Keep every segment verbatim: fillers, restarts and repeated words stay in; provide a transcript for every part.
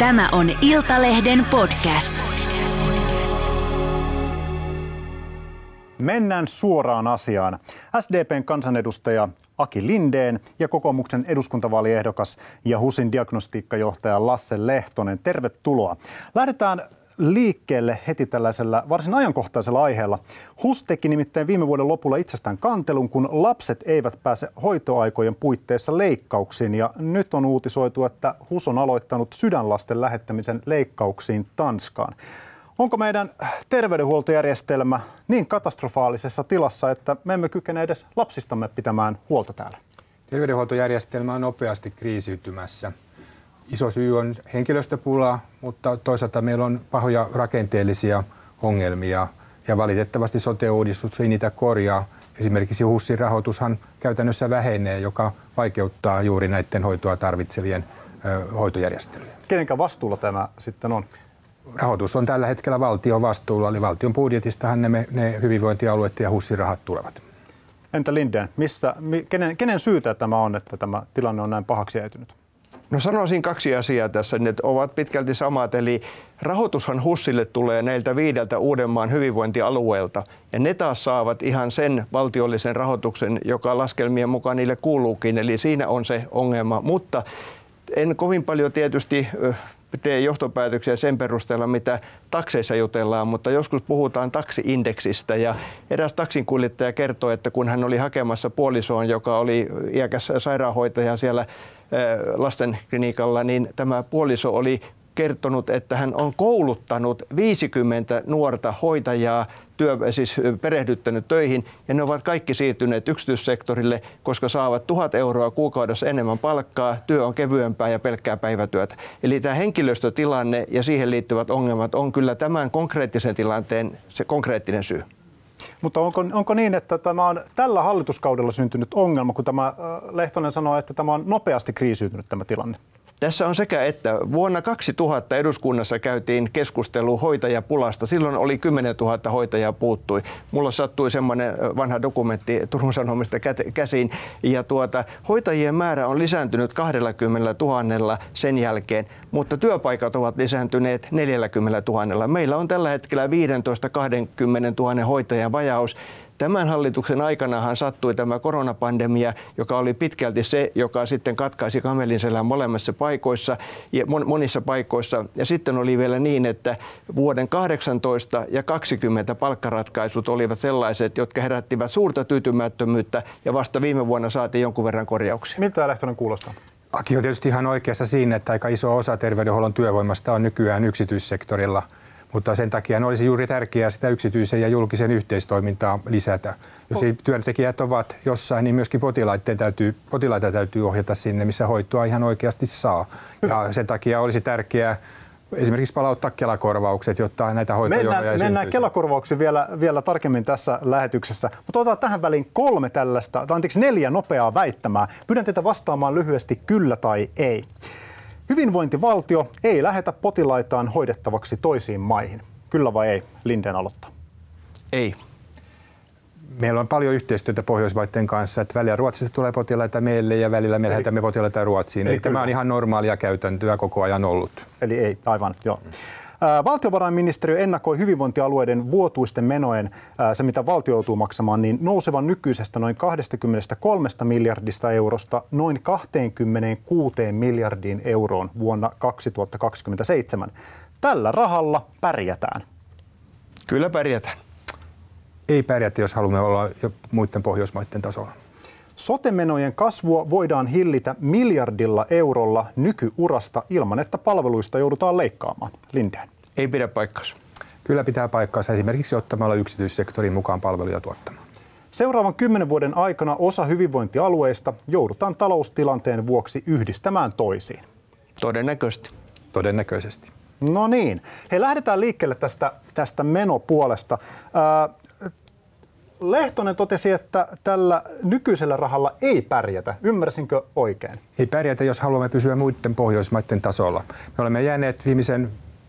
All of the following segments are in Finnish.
Tämä on Iltalehden podcast. Mennään suoraan asiaan. S D P:n kansanedustaja Aki Lindén ja kokoomuksen eduskuntavaaliehdokas ja HUSin diagnostiikkajohtaja Lasse Lehtonen. Tervetuloa. Lähdetään liikkeelle heti tällaisella varsin ajankohtaisella aiheella. HUS teki nimittäin viime vuoden lopulla itsestään kantelun, kun lapset eivät pääse hoitoaikojen puitteissa leikkauksiin. Ja nyt on uutisoitu, että HUS on aloittanut sydänlasten lähettämisen leikkauksiin Tanskaan. Onko meidän terveydenhuoltojärjestelmä niin katastrofaalisessa tilassa, että me emme kykene edes lapsistamme pitämään huolta täällä? Terveydenhuoltojärjestelmä on nopeasti kriisiytymässä. Iso syy on henkilöstöpula, mutta toisaalta meillä on pahoja rakenteellisia ongelmia ja valitettavasti sote-uudistus ei niitä korjaa. Esimerkiksi HUSin rahoitushan käytännössä vähenee, joka vaikeuttaa juuri näiden hoitoa tarvitsevien ö, hoitojärjestelyjä. Kenenkä vastuulla tämä sitten on? Rahoitus on tällä hetkellä valtion vastuulla, eli valtion budjetistahan ne, ne hyvinvointialueet ja HUSin rahat tulevat. Entä Lindén, missä, kenen, kenen syytä tämä on, että tämä tilanne on näin pahaksi jäytynyt? No sanoisin kaksi asiaa tässä, ne ovat pitkälti samat, eli rahoitushan HUSille tulee näiltä viideltä Uudenmaan hyvinvointialueelta, ja ne taas saavat ihan sen valtiollisen rahoituksen, joka laskelmien mukaan niille kuuluukin, eli siinä on se ongelma, mutta en kovin paljon tietysti tee johtopäätöksiä sen perusteella, mitä takseissa jutellaan, mutta joskus puhutaan taksi-indeksistä ja eräs taksinkuljettaja kertoi, että kun hän oli hakemassa puolisoon, joka oli iäkäs sairaanhoitaja siellä lastenklinikalla, niin tämä puoliso oli kertonut, että hän on kouluttanut viisikymmentä nuorta hoitajaa, työ, siis perehdyttänyt töihin, ja ne ovat kaikki siirtyneet yksityissektorille, koska saavat tuhat euroa kuukaudessa enemmän palkkaa, työ on kevyempää ja pelkkää päivätyötä. Eli tämä henkilöstötilanne ja siihen liittyvät ongelmat on kyllä tämän konkreettisen tilanteen se konkreettinen syy. Mutta onko, onko niin, että tämä on tällä hallituskaudella syntynyt ongelma, kun tämä Lehtonen sanoo, että tämä on nopeasti kriisiytynyt tämä tilanne? Tässä on sekä että vuonna kaksituhatta eduskunnassa käytiin keskustelu hoitajapulasta. Silloin oli kymmenen tuhatta hoitajaa puuttui. Mulla sattui semmoinen vanha dokumentti Turun Sanomista käsiin. Ja tuota, hoitajien määrä on lisääntynyt kaksikymmentätuhatta sen jälkeen, mutta työpaikat ovat lisääntyneet neljäkymmentätuhatta. Meillä on tällä hetkellä viisitoista kaksikymmentätuhatta hoitajan vajaus. Tämän hallituksen aikanahan sattui tämä koronapandemia, joka oli pitkälti se, joka sitten katkaisi kamelin selän molemmissa paikoissa ja monissa paikoissa. Ja sitten oli vielä niin, että vuoden kahdeksantoista ja kaksikymmentä palkkaratkaisut olivat sellaiset, jotka herättivät suurta tyytymättömyyttä ja vasta viime vuonna saatiin jonkun verran korjauksia. Miltä Lehtonen kuulostaa? Aki on tietysti ihan oikeassa siinä, että aika iso osa terveydenhuollon työvoimasta on nykyään yksityissektorilla. Mutta sen takia olisi juuri tärkeää sitä yksityisen ja julkisen yhteistoimintaa lisätä. Jos ei työntekijät ovat jossain, niin myöskin potilaita täytyy, potilaita täytyy ohjata sinne, missä hoitoa ihan oikeasti saa. Ja sen takia olisi tärkeää esimerkiksi palauttaa Kela-korvaukset, jotta näitä hoitojonoja ei syntyisi. Mennään Kela-korvauksiin vielä, vielä tarkemmin tässä lähetyksessä. Mutta otetaan tähän väliin kolme tällaista, tai anteeksi neljä nopeaa väittämää. Pyydän teitä vastaamaan lyhyesti kyllä tai ei. Hyvinvointivaltio ei lähetä potilaitaan hoidettavaksi toisiin maihin. Kyllä vai ei? Lindén aloittaa. Ei. Meillä on paljon yhteistyötä Pohjoismaiden kanssa, että välillä Ruotsista tulee potilaita meille ja välillä me lähetämme potilaita Ruotsiin. Eli tämä on ihan normaalia käytäntöä koko ajan ollut. Eli ei, aivan, joo. Valtiovarainministeriö ennakoi hyvinvointialueiden vuotuisten menojen, se mitä valtio joutuu maksamaan, niin nousevan nykyisestä noin kaksikymmentäkolme miljardista eurosta noin kaksikymmentäkuusi miljardiin euroon vuonna kaksituhattakaksikymmentäseitsemän. Tällä rahalla pärjätään. Kyllä pärjätään. Ei pärjätä, jos haluamme olla jo muiden Pohjoismaiden tasolla. Sote-menojen kasvua voidaan hillitä miljardilla eurolla nykyurasta ilman, että palveluista joudutaan leikkaamaan. Lindén. Ei pidä paikkaansa. Kyllä pitää paikkaansa esimerkiksi ottamalla yksityissektorin mukaan palveluja tuottamaan. Seuraavan kymmenen vuoden aikana osa hyvinvointialueista joudutaan taloustilanteen vuoksi yhdistämään toisiin. Todennäköisesti. Todennäköisesti. No niin. Hei, lähdetään liikkeelle tästä, tästä menopuolesta. Ää, Lehtonen totesi, että tällä nykyisellä rahalla ei pärjätä. Ymmärsinkö oikein? Ei pärjätä, jos haluamme pysyä muiden Pohjoismaiden tasolla. Me olemme jääneet viimeisen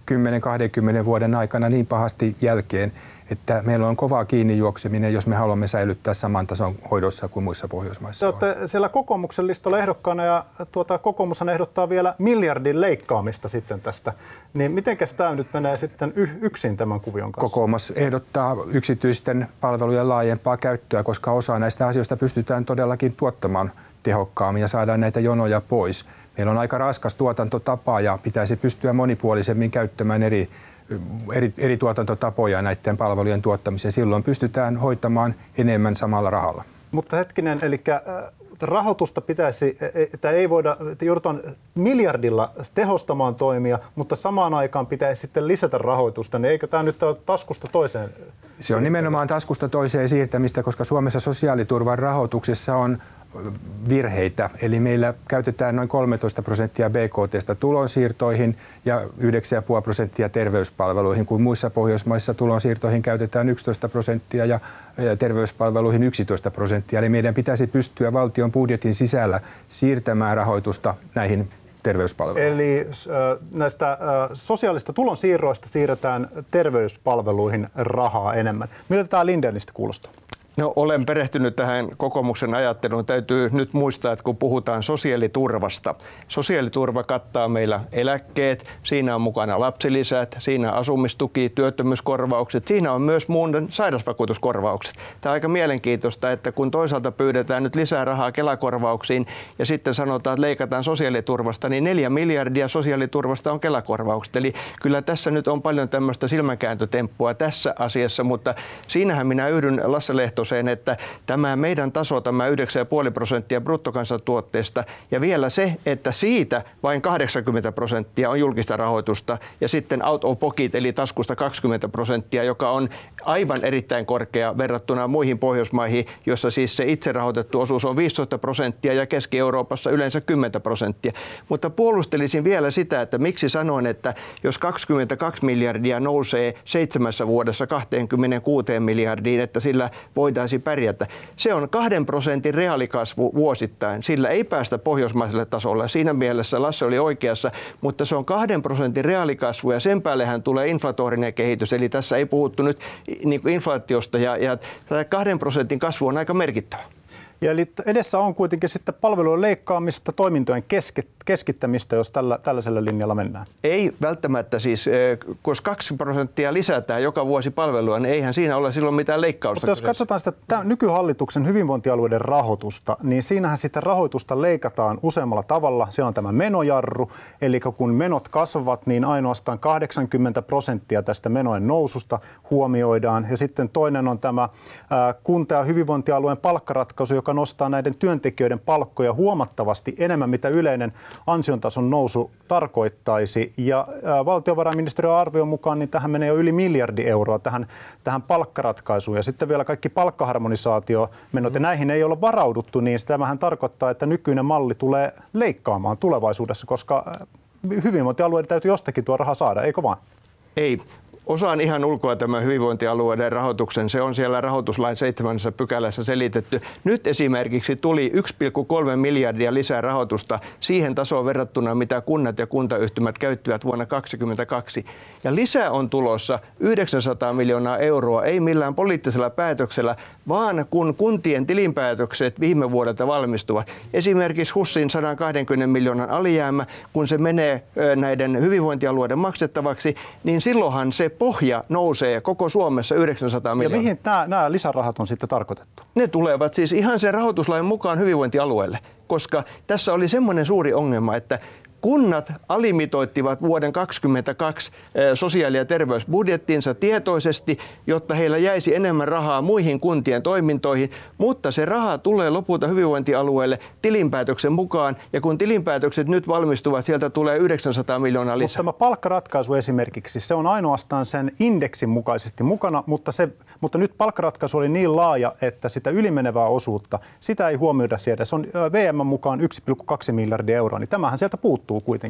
kymmenen kaksikymmentä vuoden aikana niin pahasti jälkeen, että meillä on kovaa kiinni juokseminen, jos me haluamme säilyttää saman tason hoidossa kuin muissa Pohjoismaissa. Te olette siellä kokoomuksen listalla ehdokkaana ja tuota, kokoomushan ehdottaa vielä miljardin leikkaamista sitten tästä. Niin mitenkäs tämä nyt menee sitten y- yksin tämän kuvion kanssa? Kokoomus ehdottaa yksityisten palvelujen laajempaa käyttöä, koska osa näistä asioista pystytään todellakin tuottamaan tehokkaammin ja saadaan näitä jonoja pois. Meillä on aika raskas tuotantotapa ja pitäisi pystyä monipuolisemmin käyttämään eri Eri, eri tuotantotapoja näiden palvelujen tuottamiseen. Silloin pystytään hoitamaan enemmän samalla rahalla. Mutta hetkinen, eli rahoitusta pitäisi, että ei voida, että joudutaan miljardilla tehostamaan toimia, mutta samaan aikaan pitäisi sitten lisätä rahoitusta, niin eikö tämä nyt ole taskusta toiseen? Se on nimenomaan taskusta toiseen siirtämistä, koska Suomessa sosiaaliturvan rahoituksessa on virheitä. Eli meillä käytetään noin kolmetoista prosenttia B K T:stä tulonsiirtoihin ja yhdeksän pilkku viisi prosenttia terveyspalveluihin, kun muissa Pohjoismaissa tulonsiirtoihin käytetään yksitoista prosenttia ja terveyspalveluihin yksitoista prosenttia. Eli meidän pitäisi pystyä valtion budjetin sisällä siirtämään rahoitusta näihin terveyspalveluihin. Eli näistä sosiaalista tulonsiirroista siirretään terveyspalveluihin rahaa enemmän. Miltä tämä Lindénistä kuulostaa? No, olen perehtynyt tähän kokoomuksen ajatteluun. Täytyy nyt muistaa, että kun puhutaan sosiaaliturvasta, sosiaaliturva kattaa meillä eläkkeet, siinä on mukana lapsilisät, siinä on asumistuki, työttömyyskorvaukset, siinä on myös muun sairausvakuutuskorvaukset. Tämä on aika mielenkiintoista, että kun toisaalta pyydetään nyt lisää rahaa Kela-korvauksiin ja sitten sanotaan, että leikataan sosiaaliturvasta, niin neljä miljardia sosiaaliturvasta on Kela-korvaukset. Eli kyllä tässä nyt on paljon tämmöistä silmänkääntötemppua tässä asiassa, mutta siinähän minä yhdyn Lasse Lehto että tämä meidän taso, tämä yhdeksän pilkku viisi prosenttia bruttokansantuotteesta ja vielä se, että siitä vain kahdeksankymmentä prosenttia on julkista rahoitusta ja sitten out of pocket eli taskusta kaksikymmentä prosenttia, joka on aivan erittäin korkea verrattuna muihin Pohjoismaihin, jossa siis se itse rahoitettu osuus on viisitoista prosenttia ja Keski-Euroopassa yleensä kymmenen prosenttia. Mutta puolustelisin vielä sitä, että miksi sanoin, että jos kaksikymmentäkaksi miljardia nousee seitsemässä vuodessa kaksikymmentäkuusi miljardiin, että sillä voitaisiin pärjätä. Se on kahden prosentin reaalikasvu vuosittain. Sillä ei päästä pohjoismaiselle tasolle. Siinä mielessä Lasse oli oikeassa, mutta se on kahden prosentin reaalikasvu ja sen päällehän tulee inflatorinen kehitys. Eli tässä ei puhuttu nyt niin kuin inflaatiosta ja, ja kahden prosentin kasvu on aika merkittävä. Ja eli edessä on kuitenkin sitten palvelujen leikkaamista, toimintojen keskittämistä, jos tällä, tällaisella linjalla mennään. Ei välttämättä siis, koska kaksi prosenttia lisätään joka vuosi palvelua, niin eihän siinä ole silloin mitään leikkausta. Mutta jos katsotaan sitä tämän nykyhallituksen hyvinvointialueiden rahoitusta, niin siinähän sitä rahoitusta leikataan useammalla tavalla. Siellä on tämä menojarru, eli kun menot kasvavat, niin ainoastaan kahdeksankymmentä prosenttia tästä menojen noususta huomioidaan. Ja sitten toinen on tämä kunta- ja hyvinvointialueen palkkaratkaisu, joka nostaa näiden työntekijöiden palkkoja huomattavasti enemmän, mitä yleinen ansiontason nousu tarkoittaisi. Ja valtiovarainministeriön arvion mukaan niin tähän menee jo yli miljardi euroa tähän, tähän palkkaratkaisuun. Ja sitten vielä kaikki palkkaharmonisaatiomenot, ja näihin ei ole varauduttu, niin tämähän tarkoittaa, että nykyinen malli tulee leikkaamaan tulevaisuudessa, koska hyvinvointialueiden täytyy jostakin tuo raha saada, eikö vaan? Ei. Osaan ihan ulkoa tämän hyvinvointialueiden rahoituksen. Se on siellä rahoituslain seitsemännessä pykälässä selitetty. Nyt esimerkiksi tuli yksi pilkku kolme miljardia lisää rahoitusta siihen tasoon verrattuna, mitä kunnat ja kuntayhtymät käyttivät vuonna kaksituhattakaksikymmentäkaksi. Ja lisää on tulossa yhdeksänsataa miljoonaa euroa, ei millään poliittisella päätöksellä, vaan kun kuntien tilinpäätökset viime vuodelta valmistuvat. Esimerkiksi HUSin sata kaksikymmentä miljoonan alijäämä, kun se menee näiden hyvinvointialueiden maksettavaksi, niin silloinhan se pohja nousee koko Suomessa yhdeksänsataa miljoonaa. Ja mihin nämä, nämä lisärahat on sitten tarkoitettu? Ne tulevat siis ihan sen rahoituslain mukaan hyvinvointialueelle, koska tässä oli semmoinen suuri ongelma, että kunnat alimitoittivat vuoden kaksikymmentäkaksi sosiaali- ja terveysbudjettinsa tietoisesti, jotta heillä jäisi enemmän rahaa muihin kuntien toimintoihin, mutta se raha tulee lopulta hyvinvointialueelle tilinpäätöksen mukaan, ja kun tilinpäätökset nyt valmistuvat, sieltä tulee yhdeksänsataa miljoonaa lisää. Mutta tämä palkkaratkaisu esimerkiksi, se on ainoastaan sen indeksin mukaisesti mukana, mutta, se, mutta nyt palkkaratkaisu oli niin laaja, että sitä ylimenevää osuutta, sitä ei huomioida sieltä. Se on V M mukaan yksi pilkku kaksi miljardia euroa, niin tämähän sieltä puuttuu kuitenkin.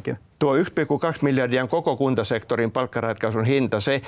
tuo yksi pilkku kaksi miljardia on koko kuntasektorin palkkaratkaisun hinta. Se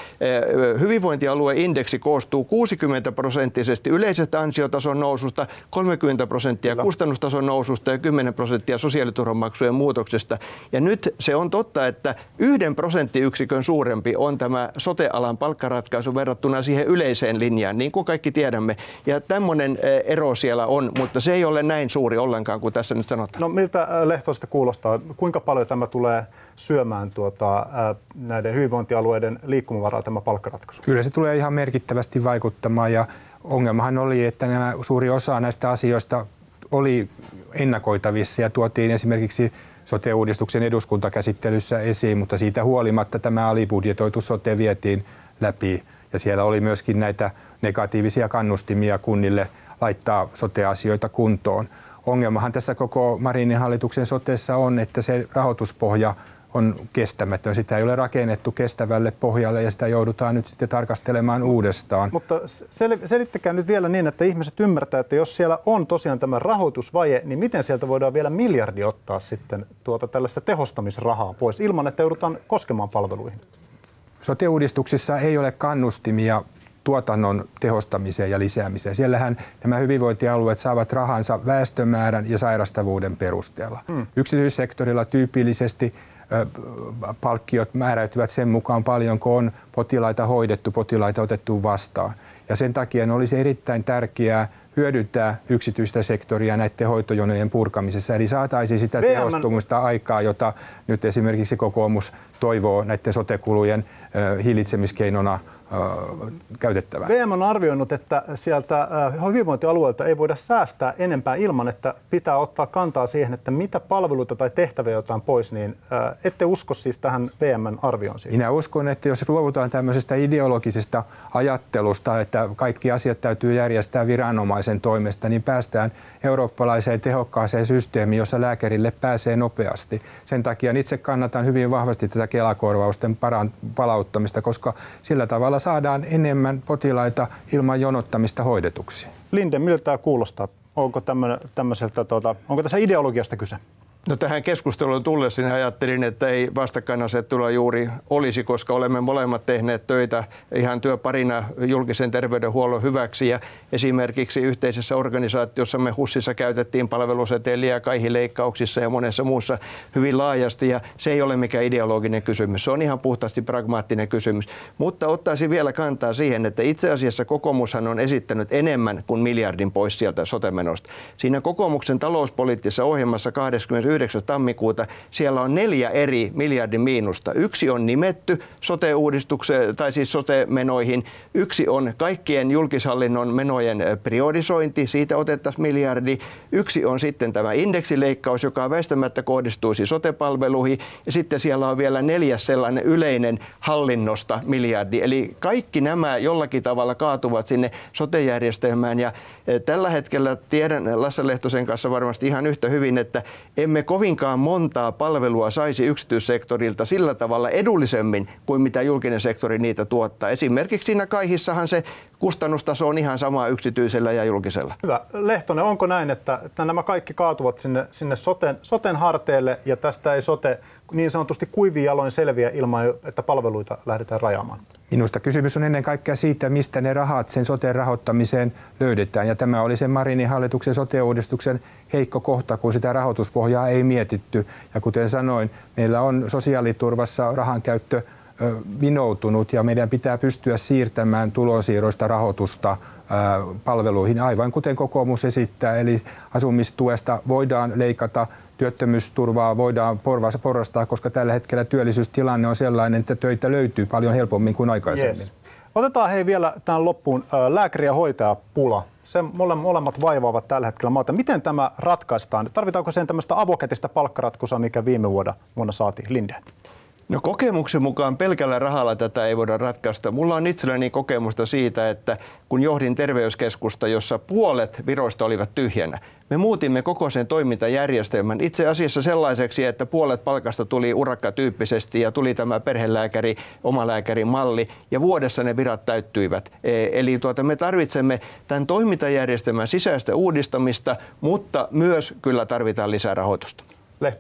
hyvinvointialueindeksi koostuu kuusikymmentä prosenttisesti yleisestä ansiotason noususta, kolmekymmentä prosenttia kustannustason noususta ja kymmenen prosenttia sosiaaliturvamaksujen muutoksesta. Ja nyt se on totta, että yhden prosenttiyksikön suurempi on tämä sote-alan palkkaratkaisu verrattuna siihen yleiseen linjaan, niin kuin kaikki tiedämme. Ja tämmöinen ero siellä on, mutta se ei ole näin suuri ollenkaan kuin tässä nyt sanotaan. No miltä Lehtosta kuulostaa? Kuinka paljon tämä tulee syömään tuota, näiden hyvinvointialueiden liikkumavaraa tämä palkkaratkaisu? Kyllä se tulee ihan merkittävästi vaikuttamaan ja ongelmahan oli, että nämä, suuri osa näistä asioista oli ennakoitavissa ja tuotiin esimerkiksi sote-uudistuksen eduskuntakäsittelyssä esiin, mutta siitä huolimatta tämä alibudjetoitu sote vietiin läpi ja siellä oli myöskin näitä negatiivisia kannustimia kunnille laittaa sote-asioita kuntoon. Ongelmahan tässä koko Marinin hallituksen sotessa on, että se rahoituspohja on kestämätön. Sitä ei ole rakennettu kestävälle pohjalle ja sitä joudutaan nyt sitten tarkastelemaan uudestaan. Mutta sel- selittäkää nyt vielä niin, että ihmiset ymmärtää, että jos siellä on tosiaan tämä rahoitusvaje, niin miten sieltä voidaan vielä miljardi ottaa sitten tuota tällaista tehostamisrahaa pois ilman, että joudutaan koskemaan palveluihin? Sote-uudistuksissa ei ole kannustimia tuotannon tehostamiseen ja lisäämiseen. Siellähän nämä hyvinvointialueet saavat rahansa väestömäärän ja sairastavuuden perusteella. Hmm. Yksityissektorilla tyypillisesti ö, palkkiot määräytyvät sen mukaan paljonko on potilaita hoidettu, potilaita otettu vastaan. Ja sen takia olisi erittäin tärkeää hyödyntää yksityistä sektoria näiden hoitojonojen purkamisessa. Eli saataisiin sitä V M tehostumista aikaa, jota nyt esimerkiksi kokoomus toivoo näiden sote-kulujen ö, hillitsemiskeinona käytettävää. V M on arvioinut, että sieltä hyvinvointialueelta ei voida säästää enempää ilman, että pitää ottaa kantaa siihen, että mitä palveluita tai tehtäviä otetaan pois, niin ette usko siis tähän V M:n arvioon siitä? Minä uskon, että jos luovutaan tämmöisestä ideologisesta ajattelusta, että kaikki asiat täytyy järjestää viranomaisen toimesta, niin päästään eurooppalaiseen tehokkaaseen systeemiin, jossa lääkärille pääsee nopeasti. Sen takia itse kannatan hyvin vahvasti tätä Kela-korvausten palauttamista, koska sillä tavalla saadaan enemmän potilaita ilman jonottamista hoidetuksi. Linde, miltä tämä kuulostaa? Onko, tämmöiseltä, tuota, onko tässä ideologiasta kyse? No tähän keskusteluun tullessani ajattelin, että ei vastakkainasettelua juuri olisi, koska olemme molemmat tehneet töitä ihan työparina julkisen terveydenhuollon hyväksi. Ja esimerkiksi yhteisessä organisaatiossa me HUSissa käytettiin palveluseteliä kaihileikkauksissa ja monessa muussa hyvin laajasti. Ja se ei ole mikään ideologinen kysymys, se on ihan puhtaasti pragmaattinen kysymys. Mutta ottaisin vielä kantaa siihen, että itse asiassa kokoomushan on esittänyt enemmän kuin miljardin pois sieltä sote-menosta. Siinä kokoomuksen talouspoliittisessa ohjelmassa kahdeskymmenesyhdeksäs tammikuuta siellä on neljä eri miljardin miinusta. Yksi on nimetty sote-uudistukseen tai siis sote-menoihin. Yksi on kaikkien julkishallinnon menojen priorisointi, siitä otettaisiin miljardi. Yksi on sitten tämä indeksileikkaus, joka väistämättä kohdistuisi sote-palveluihin. Ja sitten siellä on vielä neljäs sellainen yleinen hallinnosta miljardi. Eli kaikki nämä jollakin tavalla kaatuvat sinne sote-järjestelmään. Ja tällä hetkellä tiedän Lasse Lehtosen kanssa varmasti ihan yhtä hyvin, että emme kovinkaan montaa palvelua saisi yksityissektorilta sillä tavalla edullisemmin kuin mitä julkinen sektori niitä tuottaa. Esimerkiksi siinä kaihissahan se kustannustaso on ihan sama yksityisellä ja julkisella. Hyvä. Lehtonen, onko näin, että, että nämä kaikki kaatuvat sinne, sinne soten, soten harteille ja tästä ei sote niin sanotusti kuivin jaloin selviä ilman, että palveluita lähdetään rajaamaan? Minusta kysymys on ennen kaikkea siitä, mistä ne rahat sen soten rahoittamiseen löydetään. Ja tämä oli sen Marinin hallituksen sote-uudistuksen heikko kohta, kun sitä rahoituspohjaa ei mietitty. Ja kuten sanoin, meillä on sosiaaliturvassa rahankäyttö vinoutunut ja meidän pitää pystyä siirtämään tulonsiirroista rahoitusta palveluihin, aivan kuten kokoomus esittää. Eli asumistuesta voidaan leikata, työttömyysturvaa voidaan porrastaa, koska tällä hetkellä työllisyystilanne on sellainen, että töitä löytyy paljon helpommin kuin aikaisemmin. Yes. Otetaan hei vielä tähän loppuun lääkäri- ja hoitajapula. Se molemmat vaivaavat tällä hetkellä maata. Miten tämä ratkaistaan? Tarvitaanko sen tämmöistä avokätistä palkkaratkaisua, mikä viime vuonna, vuonna saatiin? Linde. No kokemuksen mukaan pelkällä rahalla tätä ei voida ratkaista. Mulla on itselläni kokemusta siitä, että kun johdin terveyskeskusta, jossa puolet viroista olivat tyhjänä, me muutimme koko sen toimintajärjestelmän itse asiassa sellaiseksi, että puolet palkasta tuli urakkatyyppisesti ja tuli tämä perhelääkäri, omalääkärimalli ja vuodessa ne virat täyttyivät. Eli tuota, me tarvitsemme tämän toimintajärjestelmän sisäistä uudistamista, mutta myös kyllä tarvitaan lisää rahoitusta. Lehtonen.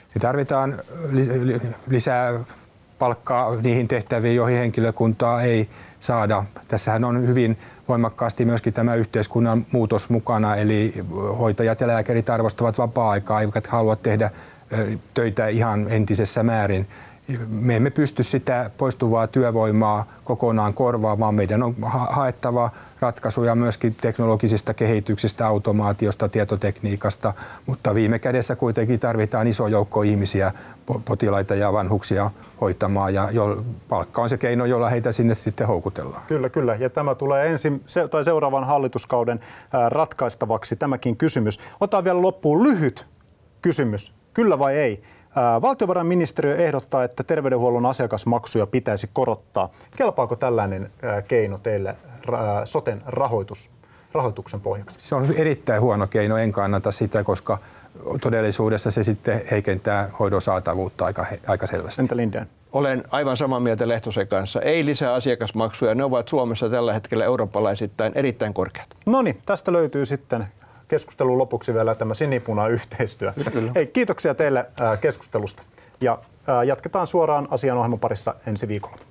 Ja tarvitaan lisää palkkaa niihin tehtäviin, joihin henkilökuntaa ei saada. Tässähän on hyvin voimakkaasti myöskin tämä yhteiskunnan muutos mukana, eli hoitajat ja lääkärit arvostavat vapaa-aikaa, eivät halua tehdä töitä ihan entisessä määrin. Me emme pysty sitä poistuvaa työvoimaa kokonaan korvaamaan. Meidän on haettava ratkaisuja myöskin teknologisista kehityksistä, automaatiosta, tietotekniikasta, mutta viime kädessä kuitenkin tarvitaan iso joukko ihmisiä, potilaita ja vanhuksia hoitamaan, ja jo, palkka on se keino, jolla heitä sinne sitten houkutellaan. Kyllä, kyllä. Ja tämä tulee ensin se, tai seuraavan hallituskauden ää, ratkaistavaksi tämäkin kysymys. Otetaan vielä loppuun lyhyt kysymys. Kyllä vai ei? Valtiovarainministeriö ehdottaa, että terveydenhuollon asiakasmaksuja pitäisi korottaa. Kelpaako tällainen keino teille soten rahoitus, rahoituksen pohjaksi? Se on erittäin huono keino, en kannata sitä, koska todellisuudessa se sitten heikentää hoidon saatavuutta aika, aika selvästi. Entä Lindén? Olen aivan samaa mieltä Lehtosen kanssa. Ei lisää asiakasmaksuja, ne ovat Suomessa tällä hetkellä eurooppalaisittain erittäin korkeat. No niin, tästä löytyy sitten keskustelun lopuksi vielä tämä sinipuna-yhteistyö. Hei, kiitoksia teille keskustelusta ja jatketaan suoraan asian ohjelman parissa ensi viikolla.